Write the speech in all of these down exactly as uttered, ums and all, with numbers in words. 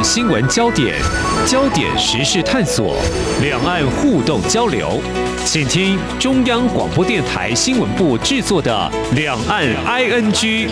岸新闻焦点、焦点时事探索、两岸互动交流，请听中央广播电台新闻部制作的《两岸 I N G》。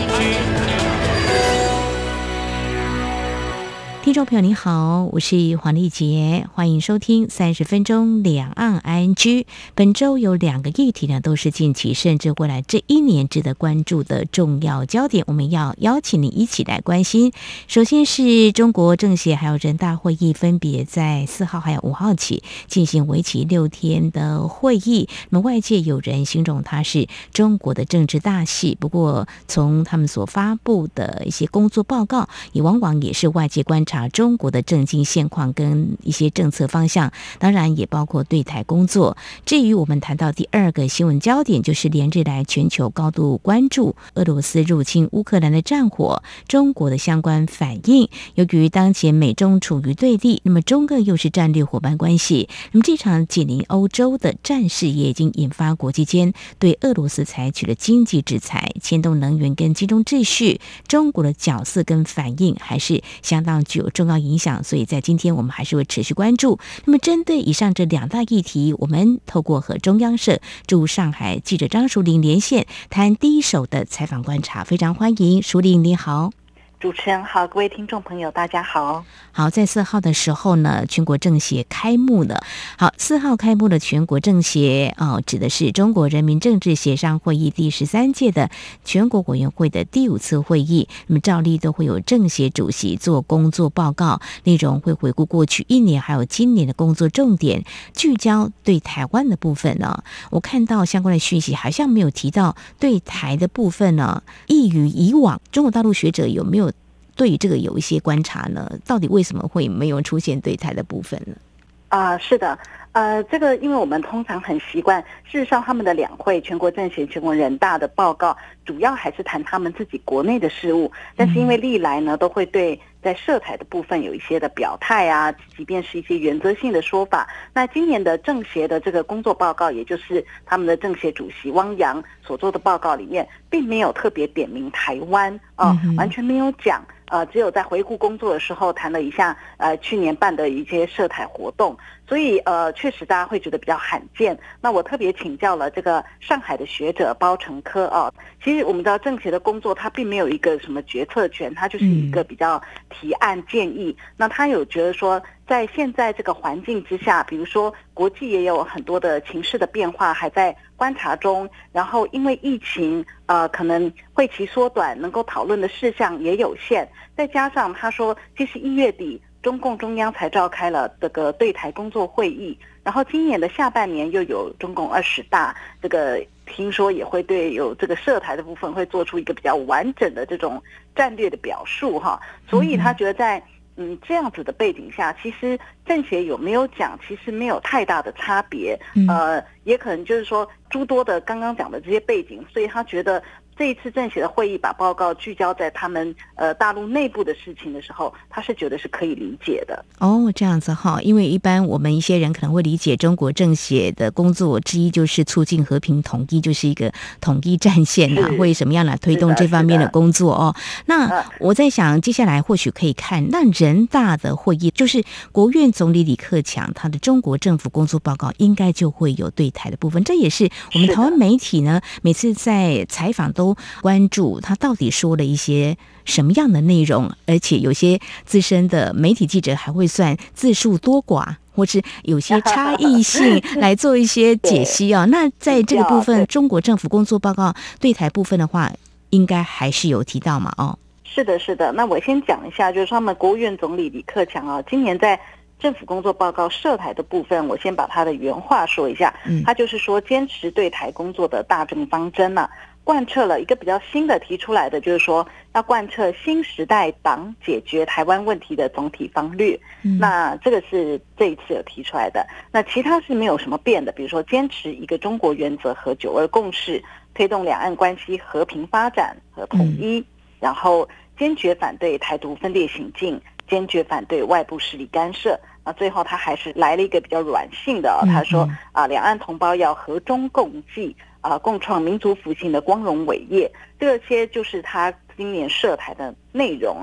听众朋友你好，我是黄丽杰，欢迎收听三十分钟两岸 I N G。 本周有两个议题呢，都是近期甚至未来这一年值得关注的重要焦点，我们要邀请你一起来关心。首先是中国政协还有人大会议分别在四号还有五号起进行为期六天的会议，那么外界有人形容它是中国的政治大戏，不过从他们所发布的一些工作报告，也往往也是外界观察中国的政经现况跟一些政策方向，当然也包括对台工作。至于我们谈到第二个新闻焦点，就是连日来全球高度关注俄罗斯入侵乌克兰的战火，中国的相关反应。由于当前美中处于对立，那么中俄又是战略伙伴关系，那么这场紧邻欧洲的战事也已经引发国际间对俄罗斯采取了经济制裁，牵动能源跟金融秩序，中国的角色跟反应还是相当具有重要影响，所以在今天我们还是会持续关注。那么针对以上这两大议题，我们透过和中央社驻上海记者张淑玲连线，谈第一手的采访观察。非常欢迎淑玲，你好。 主持人好，各位听众朋友大家好。 好，在四号的时候呢，全国政协开幕了。好，四号开幕的全国政协哦，指的是中国人民政治协商会议第十三届的全国委员会的第五次会议。那么照例都会有政协主席做工作报告，内容会回顾过去一年还有今年的工作重点，聚焦对台湾的部分呢。我看到相关的讯息好像没有提到对台的部分呢，异于以往。中国大陆学者有没有对于这个有一些观察呢？到底为什么会没有出现对台的部分呢？ 啊、呃，是的，呃，这个因为我们通常很习惯，事实上他们的两会全国政协、全国人大的报告，主要还是谈他们自己国内的事务，但是因为历来呢都会对在涉台的部分有一些的表态啊，即便是一些原则性的说法。那今年的政协的这个工作报告，也就是他们的政协主席汪洋所做的报告里面，并没有特别点名台湾啊、呃嗯，完全没有讲。呃，只有在回顾工作的时候谈了一下，呃，去年办的一些涉台活动，所以呃，确实大家会觉得比较罕见。那我特别请教了这个上海的学者包成科啊，其实我们知道政协的工作，它并没有一个什么决策权，它就是一个比较提案建议。嗯、那他有觉得说，在现在这个环境之下，比如说国际也有很多的情势的变化还在观察中，然后因为疫情，呃，可能会期缩短，能够讨论的事项也有限。再加上他说，其实一月底中共中央才召开了这个对台工作会议，然后今年的下半年又有中共二十大，这个听说也会对有这个涉台的部分会做出一个比较完整的这种战略的表述哈，所以他觉得在嗯这样子的背景下，其实政协有没有讲，其实没有太大的差别，呃，也可能就是说诸多的刚刚讲的这些背景，所以他觉得这一次政协的会议把报告聚焦在他们呃大陆内部的事情的时候，他是觉得是可以理解的。 哦，这样子哈，因为一般我们一些人可能会理解中国政协的工作之一就是促进和平统一，就是一个统一战线啊，会什么样来推动这方面的工作哦。那我在想，接下来或许可以看那人大的会议，就是国务院总理李克强他的中国政府工作报告，应该就会有对台的部分。这也是我们台湾媒体呢每次在采访都关注他到底说了一些什么样的内容，而且有些资深的媒体记者还会算字数多寡，或是有些差异性来做一些解析啊。那在这个部分，中国政府工作报告对台部分的话，应该还是有提到嘛？哦， 是的，是的。那我先讲一下，就是他们国务院总理李克强啊，今年在政府工作报告涉台的部分，我先把他的原话说一下。嗯，他就是说，坚持对台工作的大政方针啊，贯彻了一个比较新的提出来的，就是说要贯彻新时代党解决台湾问题的总体方略。嗯，那这个是这一次有提出来的。那其他是没有什么变的，比如说坚持一个中国原则和九二共识，推动两岸关系和平发展和统一，嗯、然后坚决反对台独分裂行径，坚决反对外部势力干涉。啊，最后他还是来了一个比较软性的、哦，他说啊，两岸同胞要和衷共济啊，共创民族复兴的光荣伟业。这些就是他今年涉台的内容啊。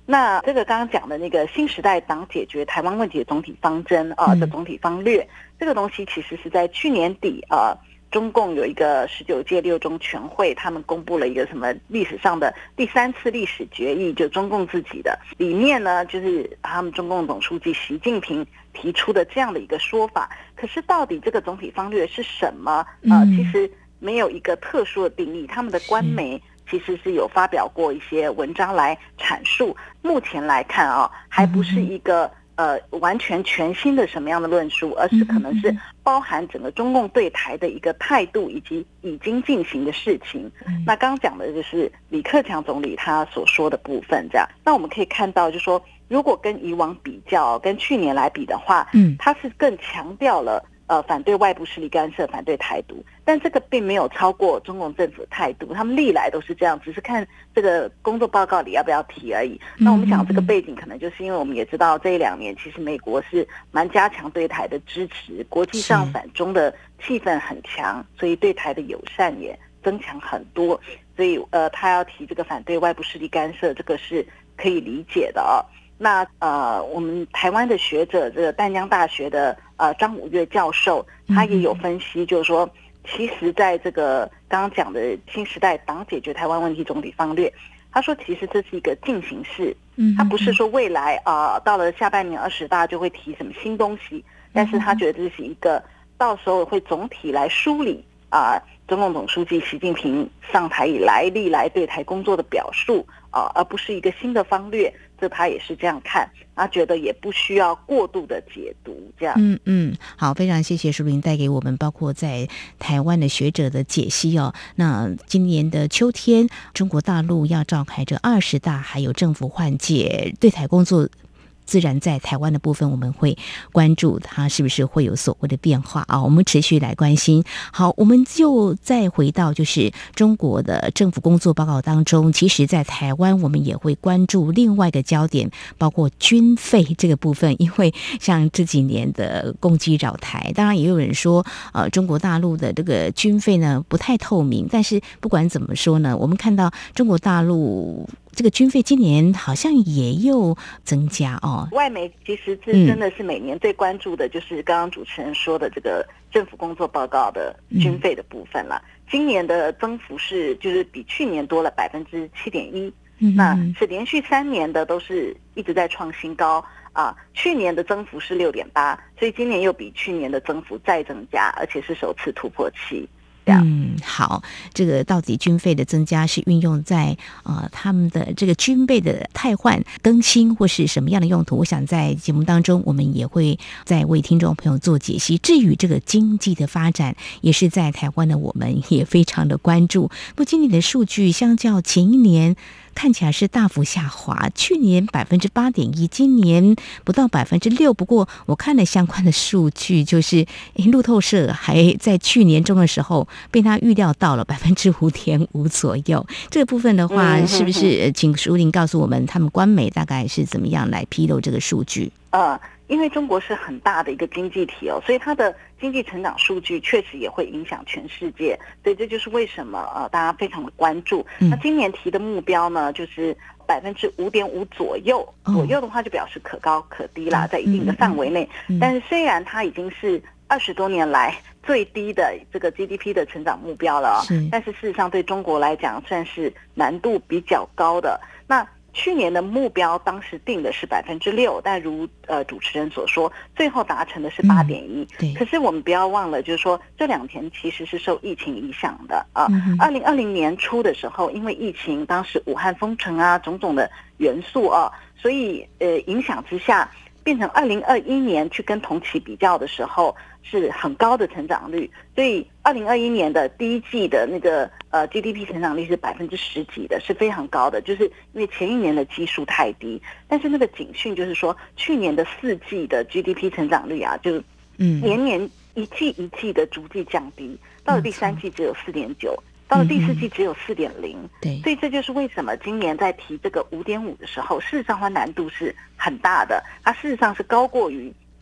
那这个刚刚讲的那个新时代党解决台湾问题的总体方针啊、呃、的总体方略，这个东西其实是在去年底呃。中共有一个十九届六中全会，他们公布了一个什么历史上的第三次历史决议，就中共自己的里面呢，就是他们中共总书记习近平提出的这样的一个说法。可是到底这个总体方略是什么？呃，其实没有一个特殊的定义。他们的官媒其实是有发表过一些文章来阐述。目前来看啊，还不是一个。呃，完全全新的什么样的论述，而是可能是包含整个中共对台的一个态度以及已经进行的事情。嗯、那刚刚讲的就是李克强总理他所说的部分，这样。那我们可以看到，就是说，如果跟以往比较，跟去年来比的话，嗯，他是更强调了。呃，反对外部势力干涉，反对台独，但这个并没有超过中共政府的态度，他们历来都是这样，只是看这个工作报告里要不要提而已。那我们想这个背景可能就是因为我们也知道这一两年其实美国是蛮加强对台的支持，国际上反中的气氛很强，所以对台的友善也增强很多，所以呃，他要提这个反对外部势力干涉，这个是可以理解的哦。那呃，我们台湾的学者，这个淡江大学的呃张武岳教授，他也有分析，就是说，其实在这个刚刚讲的新时代党解决台湾问题总体方略，他说其实这是一个进行式，他不是说未来啊、呃、到了下半年二十大就会提什么新东西，但是他觉得这是一个到时候会总体来梳理啊、呃、中共总书记习近平上台以来历来对台工作的表述啊、呃，而不是一个新的方略。这他也是这样看，他觉得也不需要过度的解读，这样。 嗯嗯，好，非常谢谢淑玲带给我们包括在台湾的学者的解析哦。那今年的秋天，中国大陆要召开这二十大，还有政府换届，对台工作。自然在台湾的部分，我们会关注它是不是会有所谓的变化啊？我们持续来关心。好，我们就再回到就是中国的政府工作报告当中，其实在台湾我们也会关注另外一个焦点，包括军费这个部分，因为像这几年的攻击扰台，当然也有人说，呃，中国大陆的这个军费呢不太透明，但是不管怎么说呢，我们看到中国大陆。这个军费今年好像也有增加哦。 外媒其实是真的是每年最关注的，就是刚刚主持人说的这个政府工作报告的军费的部分了。嗯、今年的增幅是就是比去年多了百分之七点一，那是连续三年的都是一直在创新高啊。去年的增幅是六点八，所以今年又比去年的增幅再增加，而且是首次突破七。 嗯，好，这个到底军费的增加是运用在呃他们的这个军备的汰换、更新或是什么样的用途？我想在节目当中，我们也会再为听众朋友做解析。至于这个经济的发展，也是在台湾的我们也非常的关注。不过今年的数据相较前一年看起来是大幅下滑，去年百分之八点一，今年不到百分之六。不过我看了相关的数据，就是路透社还在去年中的时候被他预料到了百分之五点五左右。这个部分的话，嗯、是不是请淑玲告诉我们，他们官媒大概是怎么样来披露这个数据？ 呃，因为中国是很大的一个经济体哦，所以它的经济成长数据确实也会影响全世界，所以这就是为什么呃大家非常的关注。嗯、那今年提的目标呢，就是百分之五点五左右，哦、左右的话就表示可高可低啦，在一定的范围内。嗯嗯、但是虽然它已经是二十多年来最低的这个 G D P 的成长目标了，是但是事实上对中国来讲算是难度比较高的。那去年的目标当时定的是百分之六，但如呃主持人所说，最后达成的是八点一。可是我们不要忘了，就是说这两年其实是受疫情影响的啊。二零二零年初的时候，因为疫情，当时武汉封城啊，种种的元素啊，所以呃影响之下，变成二零二一年去跟同期比较的时候是很高的成长率，所以二零二一年的第一季的那个呃 G D P 成长率是百分之十几的，是非常高的，就是因为前一年的基数太低。但是那个警讯就是说，去年的四季的 G D P 成长率啊，就年年一季一季的逐季降低，到了第三季只有四点九。到了第四季只有 四点零，对，所以这就是为什么今年在提这个 五点五 的时候，事实上它难度是很大的，它事实上是高过于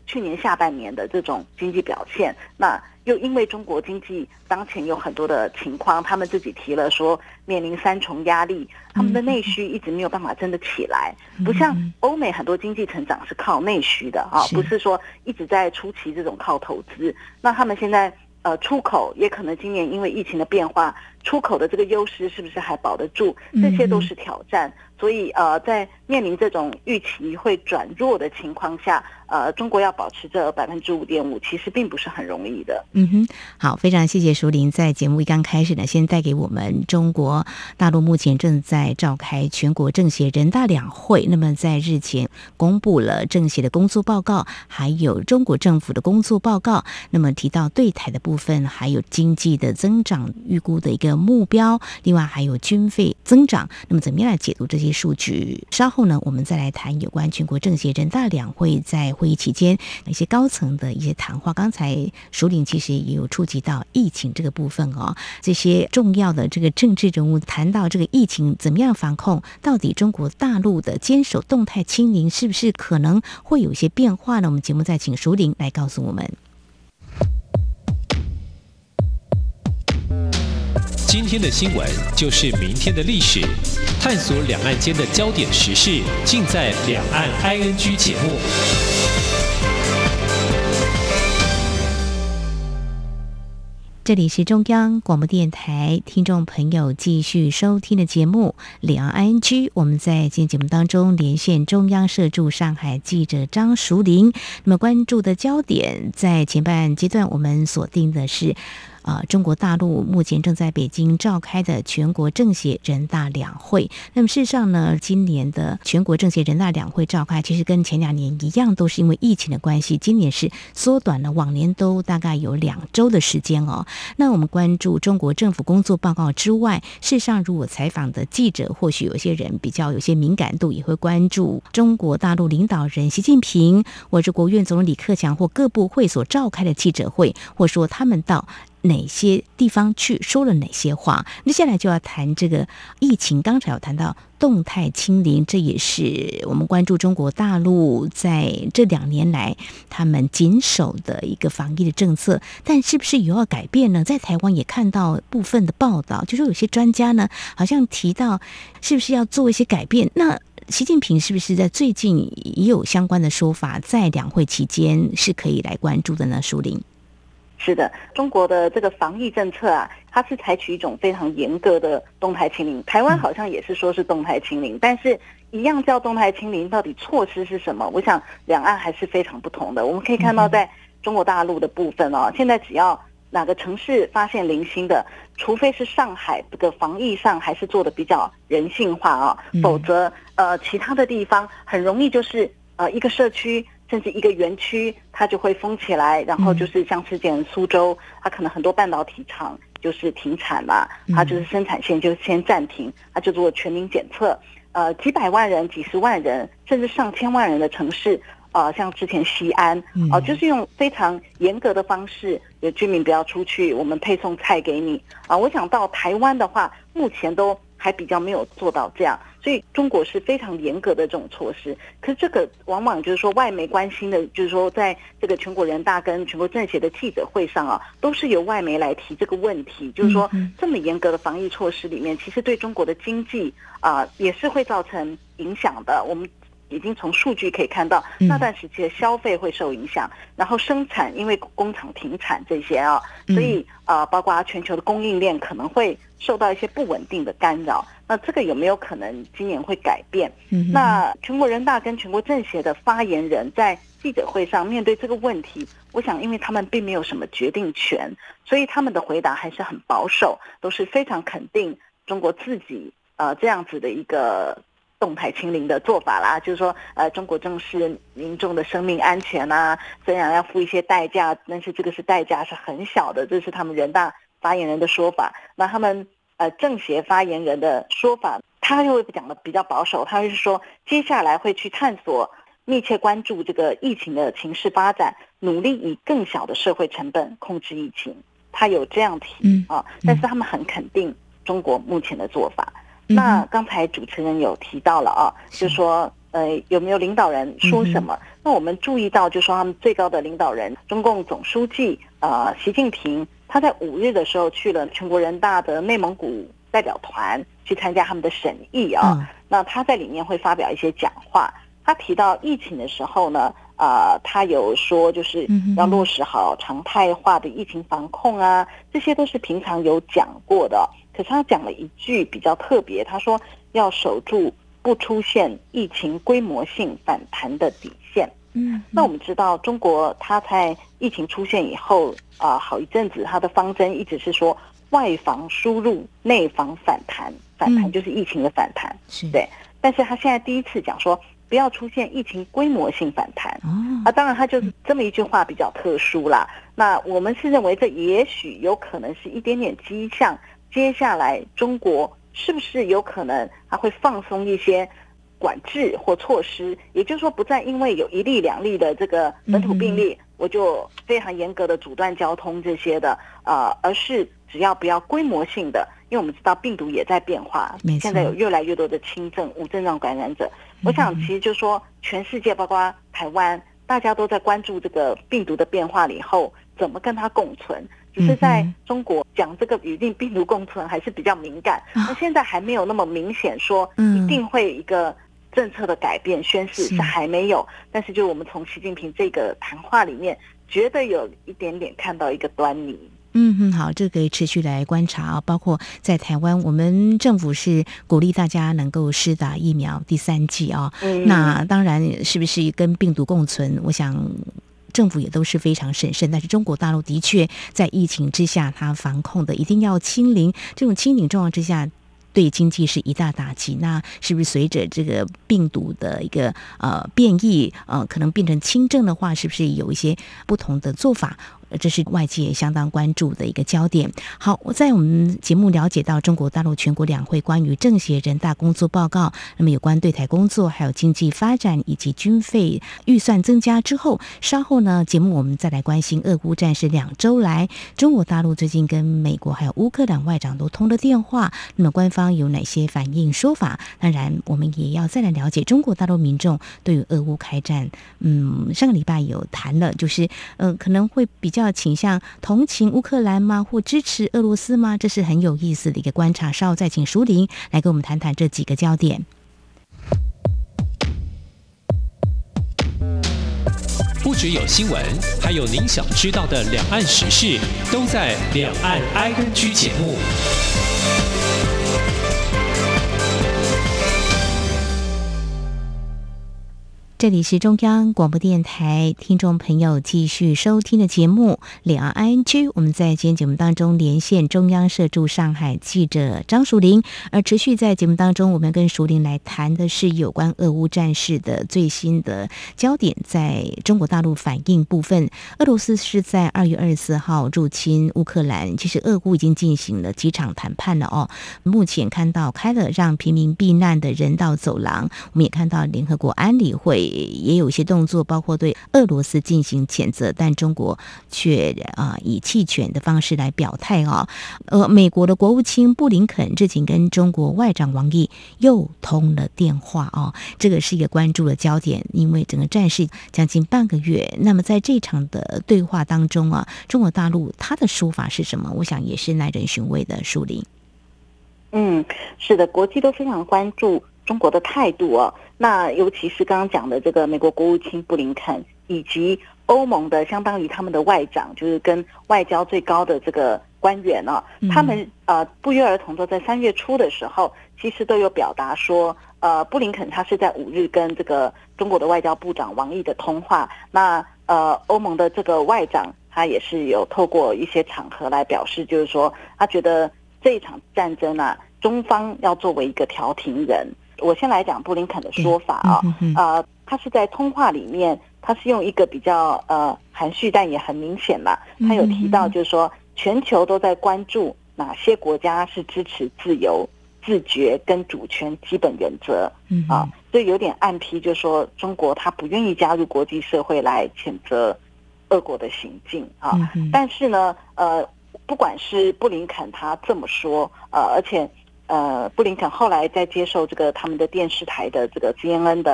去年下半年的这种经济表现，那又因为中国经济当前有很多的情况，他们自己提了说面临三重压力，他们的内需一直没有办法真的起来，不像欧美很多经济成长是靠内需的啊，不是说一直在初期这种靠投资。那他们现在呃出口也可能今年因为疫情的变化，出口的这个优势是不是还保得住？这些都是挑战。所以呃，在面临这种预期会转弱的情况下，呃，中国要保持这百分之五点五，其实并不是很容易的。 嗯哼，好，非常谢谢淑玲在节目一刚开始呢，先带给我们中国大陆目前正在召开全国政协人大两会，那么在日前公布了政协的工作报告，还有中国政府的工作报告，那么提到对台的部分，还有经济的增长预估的一个目标，另外还有军费增长，那么怎么样来解读这些数据？稍后呢，我们再来谈有关全国政协人大两会在会议期间一些高层的一些谈话。刚才淑玲其实也有触及到疫情这个部分哦，这些重要的这个政治人物谈到这个疫情怎么样防控，到底中国大陆的坚守动态清零是不是可能会有一些变化呢？我们节目再请淑玲来告诉我们。 今天的新闻就是明天的历史，探索两岸间的焦点时事，尽在《两岸 I N G》节目。 这里是中央广播电台听众朋友继续收听的节目《两岸 I N G》，我们在今天节目当中连线中央社驻上海记者张淑玲。那么关注的焦点在前半阶段，我们锁定的是呃，中国大陆目前正在北京召开的全国政协人大两会。那么事实上呢，今年的全国政协人大两会召开，其实跟前两年一样，都是因为疫情的关系，今年是缩短了往年都大概有两周的时间哦。那我们关注中国政府工作报告之外，事实上如果采访的记者，或许有些人比较有些敏感度，也会关注中国大陆领导人习近平，或者国务院总理李克强或各部会所召开的记者会，或说他们到哪些地方去说了哪些话。接下来就要谈这个疫情，刚才有谈到动态清零，这也是我们关注中国大陆在这两年来他们谨守的一个防疫的政策，但是不是有要改变呢？在台湾也看到部分的报道，就说有些专家呢好像提到是不是要做一些改变。那习近平是不是在最近也有相关的说法，在两会期间是可以来关注的呢？淑玲。 是的，中国的这个防疫政策啊，它是采取一种非常严格的动态清零。台湾好像也是说是动态清零，但是一样叫动态清零，到底措施是什么？我想两岸还是非常不同的。我们可以看到，在中国大陆的部分哦，现在只要哪个城市发现零星的，除非是上海这个防疫上还是做的比较人性化啊、哦，否则呃其他的地方很容易就是呃一个社区甚至一个园区它就会封起来，然后就是像之前苏州，它可能很多半导体厂就是停产嘛，它就是生产线就先暂停，它就做全民检测，呃几百万人、几十万人甚至上千万人的城市。呃，像之前西安，哦、呃，就是用非常严格的方式，有居民不要出去，我们配送菜给你啊、呃。我想到台湾的话，目前都还比较没有做到这样，所以中国是非常严格的这种措施。可是这个往往就是说，外媒关心的，就是说，在这个全国人大跟全国政协的记者会上啊，都是由外媒来提这个问题，就是说，这么严格的防疫措施里面，其实对中国的经济啊、呃、也是会造成影响的。我们已经从数据可以看到，那段时期的消费会受影响，然后生产因为工厂停产这些啊，所以呃，包括全球的供应链可能会受到一些不稳定的干扰。那这个有没有可能今年会改变？嗯、那全国人大跟全国政协的发言人在记者会上面对这个问题，我想因为他们并没有什么决定权，所以他们的回答还是很保守，都是非常肯定中国自己呃这样子的一个动态清零的做法啦，就是说，呃，中国正视民众的生命安全啊，虽然要付一些代价，但是这个是代价是很小的，这是他们人大发言人的说法。那他们呃政协发言人的说法，他就会讲的比较保守，他会说接下来会去探索，密切关注这个疫情的情势发展，努力以更小的社会成本控制疫情。他有这样提啊，但是他们很肯定中国目前的做法。那刚才主持人有提到了啊，就是说呃有没有领导人说什么？嗯、那我们注意到，就说他们最高的领导人中共总书记呃习近平，他在五日的时候去了全国人大的内蒙古代表团去参加他们的审议啊、嗯，那他在里面会发表一些讲话。他提到疫情的时候呢，呃，他有说就是要落实好常态化的疫情防控啊，这些都是平常有讲过的。可是他讲了一句比较特别，他说要守住不出现疫情规模性反弹的底线。嗯，那我们知道中国它在疫情出现以后啊、呃，好一阵子它的方针一直是说外防输入，内防反弹，反弹就是疫情的反弹，嗯、对。但是他现在第一次讲说，不要出现疫情规模性反弹、哦、啊，当然他就是这么一句话比较特殊啦。那我们是认为这也许有可能是一点点迹象，接下来中国是不是有可能他会放松一些管制或措施，也就是说不再因为有一例两例的这个本土病例，嗯、我就非常严格的阻断交通这些的，呃，而是只要不要规模性的。因为我们知道病毒也在变化，现在有越来越多的轻症、无症状感染者。我想，其实就说全世界，包括台湾，大家都在关注这个病毒的变化了以后，怎么跟它共存。只是在中国讲这个语境病毒共存还是比较敏感，那现在还没有那么明显说一定会一个政策的改变宣示，是还没有。但是就我们从习近平这个谈话里面，觉得有一点点看到一个端倪。 嗯嗯，好，这个可以持续来观察啊。包括在台湾，我们政府是鼓励大家能够施打疫苗第三剂啊。嗯、那当然，是不是跟病毒共存？我想政府也都是非常审慎。但是中国大陆的确在疫情之下，它防控的一定要清零。这种清零状况之下，对经济是一大打击。那是不是随着这个病毒的一个呃变异，呃，可能变成轻症的话，是不是有一些不同的做法？这是外界相当关注的一个焦点。好，我在我们节目了解到中国大陆全国两会关于政协人大工作报告，那么有关对台工作还有经济发展以及军费预算增加之后，稍后呢节目我们再来关心俄乌战事两周来，中国大陆最近跟美国还有乌克兰外长都通了电话，那么官方有哪些反应说法？当然我们也要再来了解中国大陆民众对于俄乌开战，嗯，上个礼拜有谈了，就是呃可能会比较要倾向同情乌克兰吗？或支持俄罗斯吗？这是很有意思的一个观察。稍后再请淑玲来跟我们谈谈这几个焦点。 不只有新闻，还有您想知道的两岸时事，都在《两岸 I N G》节目。 这里是中央广播电台听众朋友继续收听的节目两岸 I N G， 我们在今天节目当中连线中央社驻上海记者张淑玲，而持续在节目当中我们跟淑玲来谈的是有关俄乌战事的最新的焦点。在中国大陆反应部分，俄罗斯是在二月二十四号入侵乌克兰，其实俄乌已经进行了几场谈判了哦。目前看到开了让平民避难的人道走廊，我们也看到联合国安理会也有一些动作，包括对俄罗斯进行谴责，但中国却啊、呃、以弃权的方式来表态啊、哦。呃，美国的国务卿布林肯日前跟中国外长王毅又通了电话哦，这个是一个关注的焦点，因为整个战事将近半个月。那么在这场的对话当中啊，中国大陆他的说法是什么？我想也是耐人寻味的。淑玲， 嗯，是的，国际都非常关注中国的态度哦。那尤其是刚刚讲的这个美国国务卿布林肯，以及欧盟的相当于他们的外长，就是跟外交最高的这个官员哦，嗯、他们呃不约而同都在三月初的时候，其实都有表达说，呃，布林肯他是在五日跟这个中国的外交部长王毅的通话。那呃，欧盟的这个外长他也是有透过一些场合来表示，就是说他觉得这一场战争啊，中方要作为一个调停人。我先来讲布林肯的说法啊、哦，呃，他是在通话里面，他是用一个比较呃含蓄，但也很明显啦。他有提到，就是说全球都在关注哪些国家是支持自由、自决跟主权基本原则啊，所以有点暗批，就是说中国他不愿意加入国际社会来谴责俄国的行径啊。但是呢，呃，不管是布林肯他这么说，呃，而且。呃，布林肯后来在接受这个他们的电视台的这个 C N N 的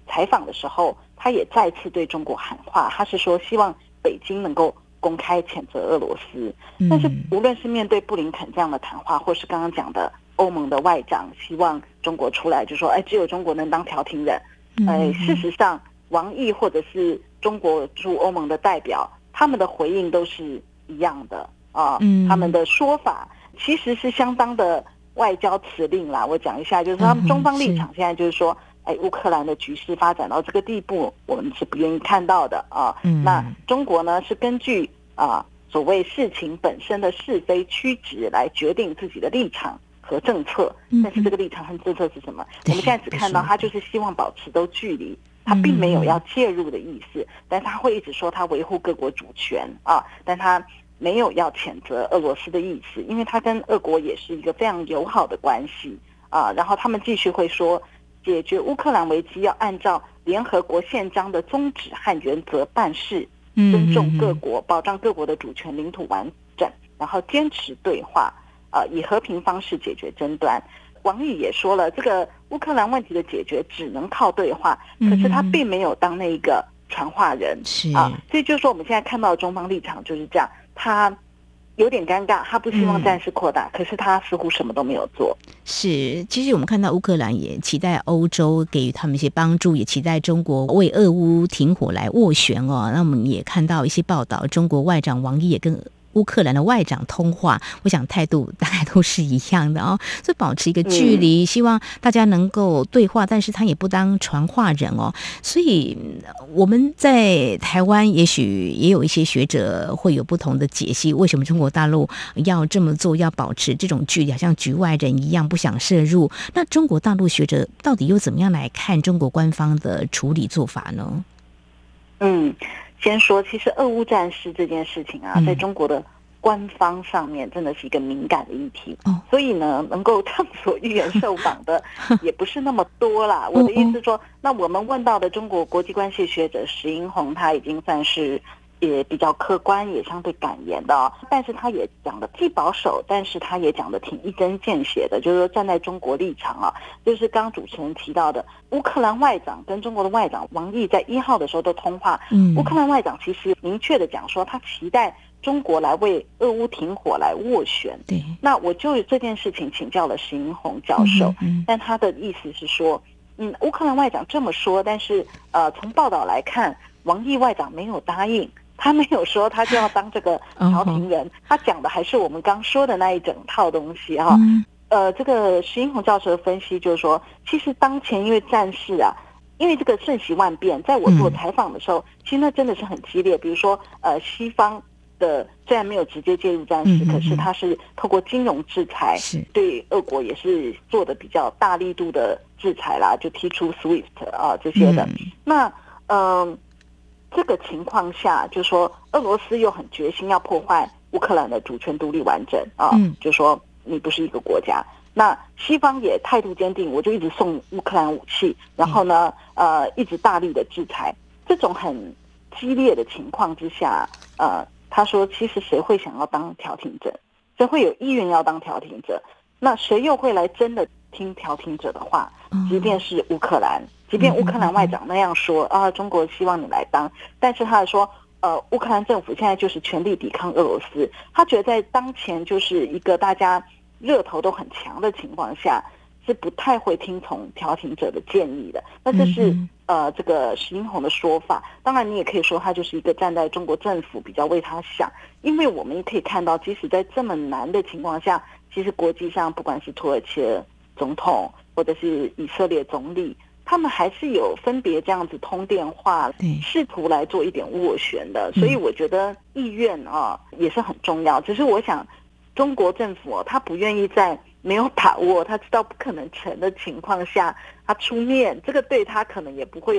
采访的时候，他也再次对中国喊话，他是说希望北京能够公开谴责俄罗斯。但是无论是面对布林肯这样的谈话，或是刚刚讲的欧盟的外长希望中国出来就说哎，只有中国能当调停人，哎，事实上王毅或者是中国驻欧盟的代表，他们的回应都是一样的啊，他们的说法其实是相当的外交辞令啦。我讲一下，就是他们中方立场现在就是说，哎，乌克兰的局势发展到这个地步，我们是不愿意看到的啊。那中国呢是根据啊所谓事情本身的是非曲直来决定自己的立场和政策，但是这个立场和政策是什么？我们现在只看到他就是希望保持都距离。他并没有要介入的意思，但他会一直说他维护各国主权啊，但他没有要谴责俄罗斯的意思，因为他跟俄国也是一个非常友好的关系啊。然后他们继续会说，解决乌克兰危机要按照联合国宪章的宗旨和原则办事，尊重各国，保障各国的主权、领土完整，然后坚持对话，啊，以和平方式解决争端。王毅也说了，这个乌克兰问题的解决只能靠对话，可是他并没有当那个传话人， 是啊，所以就是说我们现在看到的中方立场就是这样，他有点尴尬，他不希望战事扩大，嗯、可是他似乎什么都没有做。 是，其实我们看到乌克兰也期待欧洲给予他们一些帮助，也期待中国为俄乌停火来斡旋哦。那我们也看到一些报道，中国外长王毅也跟乌克兰的外长通话，我想态度大概都是一样的哦，所以保持一个距离，嗯、希望大家能够对话，但是他也不当传话人哦。所以我们在台湾也许也有一些学者会有不同的解析，为什么中国大陆要这么做，要保持这种距离，好像局外人一样不想涉入。那中国大陆学者到底又怎么样来看中国官方的处理做法呢？ 嗯。先说，其实俄乌战事这件事情啊，在中国的官方上面真的是一个敏感的议题，嗯、所以呢，能够畅所欲言受访的也不是那么多啦。我的意思是说，那我们问到的中国国际关系学者石英红，他已经算是也比较客观，也相对敢言的、哦，但是他也讲的既保守，但是他也讲的挺一针见血的，就是说站在中国立场啊，就是刚主持人提到的，乌克兰外长跟中国的外长王毅在一号的时候都通话，嗯，乌克兰外长其实明确的讲说，他期待中国来为俄乌停火来斡旋。对，那我就这件事情请教了石英红教授，嗯嗯、但他的意思是说，嗯，乌克兰外长这么说，但是呃，从报道来看，王毅外长没有答应。他没有说他就要当这个调停人， uh-huh. 他讲的还是我们刚说的那一整套东西哈、啊。嗯、呃，这个石英红教授的分析就是说，其实当前因为战事啊，因为这个瞬息万变，在我做采访的时候，嗯、其实那真的是很激烈。比如说，呃，西方的虽然没有直接介入战事，嗯、可是他是透过金融制裁，对俄国也是做的比较大力度的制裁啦，就提出 SWIFT 啊这些的。嗯、那嗯。呃这个情况下，就说俄罗斯又很决心要破坏乌克兰的主权独立完整啊，嗯、就说你不是一个国家。那西方也态度坚定，我就一直送乌克兰武器，然后呢，呃，一直大力的制裁。这种很激烈的情况之下，呃，他说，其实谁会想要当调停者？谁会有意愿要当调停者？那谁又会来真的听调停者的话？即便是乌克兰。即便乌克兰外长那样说啊，中国希望你来当，但是他说，呃，乌克兰政府现在就是全力抵抗俄罗斯。他觉得在当前就是一个大家热头都很强的情况下，是不太会听从调停者的建议的。那这是呃这个石英红的说法。当然，你也可以说他就是一个站在中国政府比较为他想，因为我们也可以看到，即使在这么难的情况下，其实国际上不管是土耳其总统或者是以色列总理。他们还是有分别这样子通电话，试图来做一点斡旋的，所以我觉得意愿啊也是很重要。只是我想，中国政府、啊、他不愿意在没有把握、他知道不可能成的情况下，他出面，这个对他可能也不会有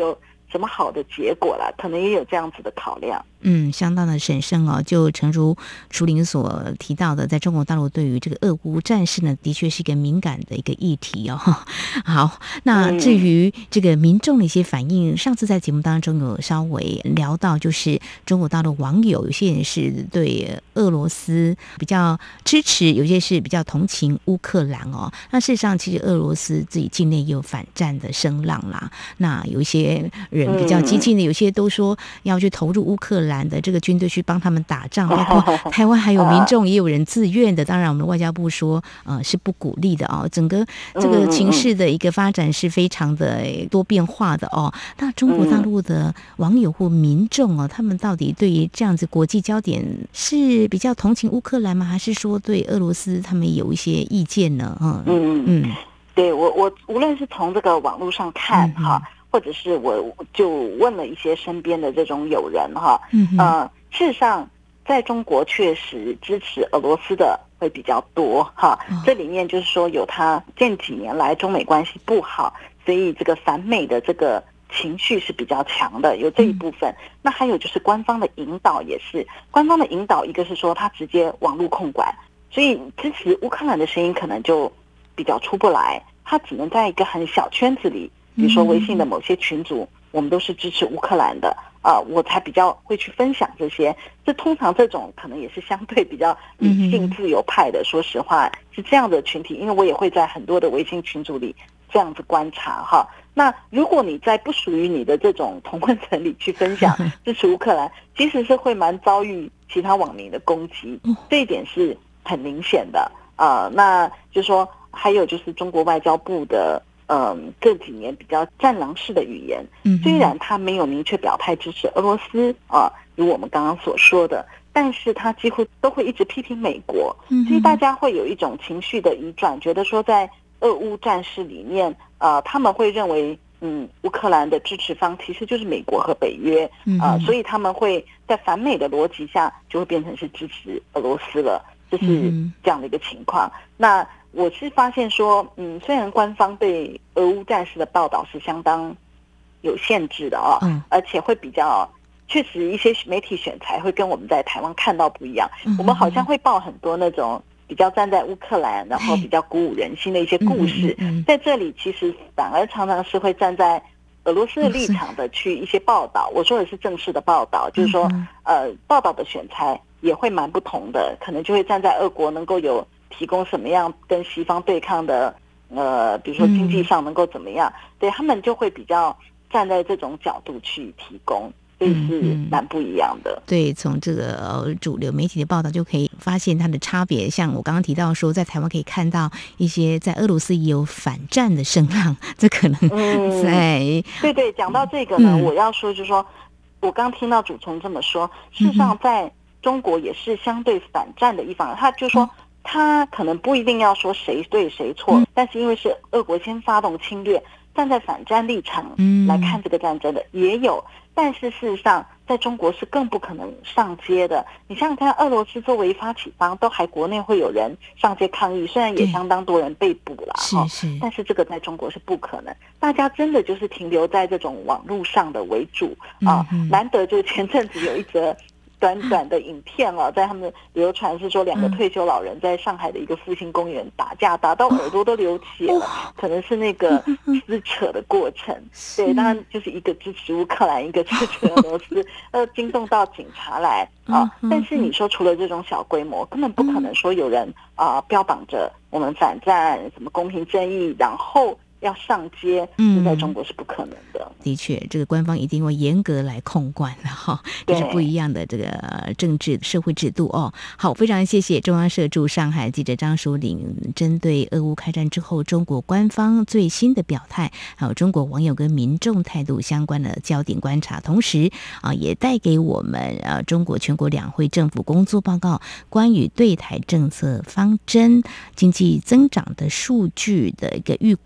什么好的结果啦，可能也有这样子的考量。 嗯，相当的审慎哦。就诚如淑玲所提到的，在中国大陆对于这个俄乌战事呢，的确是一个敏感的一个议题哦。好，那至于这个民众的一些反应，上次在节目当中有稍微聊到，就是中国大陆网友有些人是对俄罗斯比较支持，有些是比较同情乌克兰哦。那事实上，其实俄罗斯自己境内也有反战的声浪啦。那有一些人比较激进的，有些都说要去投入乌克兰的这个军队去帮他们打仗，包括台湾还有民众也有人自愿的。当然，我们的外交部说，呃，是不鼓励的哦。整个这个情势的一个发展是非常的多变化的哦。那中国大陆的网友或民众哦，他们到底对于这样子国际焦点是比较同情乌克兰吗？还是说对俄罗斯他们有一些意见呢？嗯嗯嗯，对我我无论是从这个网络上看哈。嗯或者是我就问了一些身边的这种友人哈，嗯呃，事实上在中国确实支持俄罗斯的会比较多哈，哦、这里面就是说有他近几年来中美关系不好，所以这个反美的这个情绪是比较强的，有这一部分。嗯、那还有就是官方的引导也是，官方的引导一个是说他直接网络控管，所以支持乌克兰的声音可能就比较出不来，他只能在一个很小圈子里。比如说微信的某些群组，我们都是支持乌克兰的啊、呃，我才比较会去分享这些。这通常这种可能也是相对比较理性自由派的，说实话是这样的群体，因为我也会在很多的微信群组里这样子观察哈。那如果你在不属于你的这种同温层里去分享支持乌克兰，其实是会蛮遭遇其他网民的攻击，这一点是很明显的啊、呃。那就说还有就是中国外交部的。嗯，这几年比较战狼式的语言，虽然他没有明确表态支持俄罗斯啊，如我们刚刚所说的，但是他几乎都会一直批评美国，所以大家会有一种情绪的移转，觉得说在俄乌战事里面，呃，他们会认为，嗯，乌克兰的支持方其实就是美国和北约啊、呃，所以他们会在反美的逻辑下，就会变成是支持俄罗斯了，这是这样的一个情况。那我是发现说，嗯，虽然官方对俄乌战事的报道是相当有限制的哦，嗯，而且会比较，确实一些媒体选材会跟我们在台湾看到不一样。嗯、我们好像会报很多那种比较站在乌克兰，然后比较鼓舞人心的一些故事，嗯嗯嗯、在这里其实反而常常是会站在俄罗斯的立场的去一些报道。我说的是正式的报道，就是说，呃，报道的选材也会蛮不同的，可能就会站在俄国能够有。提供什么样跟西方对抗的，呃，比如说经济上能够怎么样，嗯、对他们就会比较站在这种角度去提供，所以是蛮不一样的。 嗯嗯、对，从这个、呃、主流媒体的报道就可以发现它的差别。像我刚刚提到说，在台湾可以看到一些在俄罗斯也有反战的声浪，这可能在、 嗯、对对。讲到这个呢，嗯、我要说就是说，我刚听到主持人这么说，事实上在中国也是相对反战的一方，他就说。嗯他可能不一定要说谁对谁错，嗯、但是因为是俄国先发动侵略，站在反战立场来看这个战争的、嗯、也有，但是事实上在中国是更不可能上街的。你想想看，俄罗斯作为发起方，都还国内会有人上街抗议，虽然也相当多人被捕了哈，但是这个在中国是不可能。大家真的就是停留在这种网络上的为主啊、嗯嗯，难得就前阵子有一则。短短的影片啊，在他们流传是说两个退休老人在上海的一个复兴公园打架，打到耳朵都流血了，可能是那个撕扯的过程。对，当然就是一个支持乌克兰，一个支持俄罗斯，呃，惊动到警察来啊。但是你说除了这种小规模，根本不可能说有人啊、呃、标榜着我们反战什么公平正义，然后。要上街，嗯，在中国是不可能的。 的确，这个官方一定会严格来控管的哈，这是不一样的这个政治社会制度哦。好，非常谢谢中央社驻上海记者张淑玲针对俄乌开战之后中国官方最新的表态，还有中国网友跟民众态度相关的焦点观察，同时啊，也带给我们呃中国全国两会政府工作报告关于对台政策方针、经济增长的数据的一个预估，还有。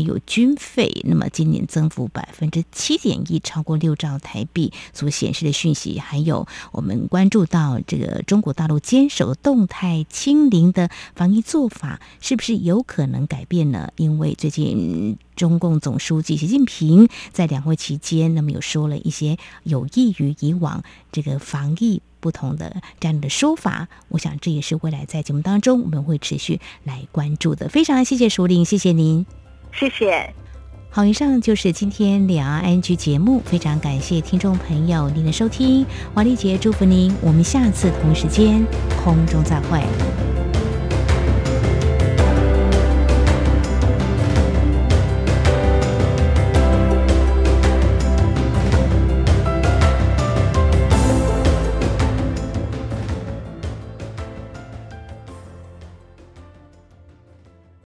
有军费，那么今年增幅百分之七点一，超过六兆台币所显示的讯息，还有我们关注到这个中国大陆坚守动态清零的防疫做法，是不是有可能改变呢？因为最近中共总书记习近平在两会期间，那么有说了一些有益于以往这个防疫不同的这样的说法，我想这也是未来在节目当中我们会持续来关注的。非常谢谢淑玲，谢谢您， 谢谢。 好，以上就是今天两岸 I N G 节目，非常感谢听众朋友您的收听，王丽杰祝福您，我们下次同一时间空中再会。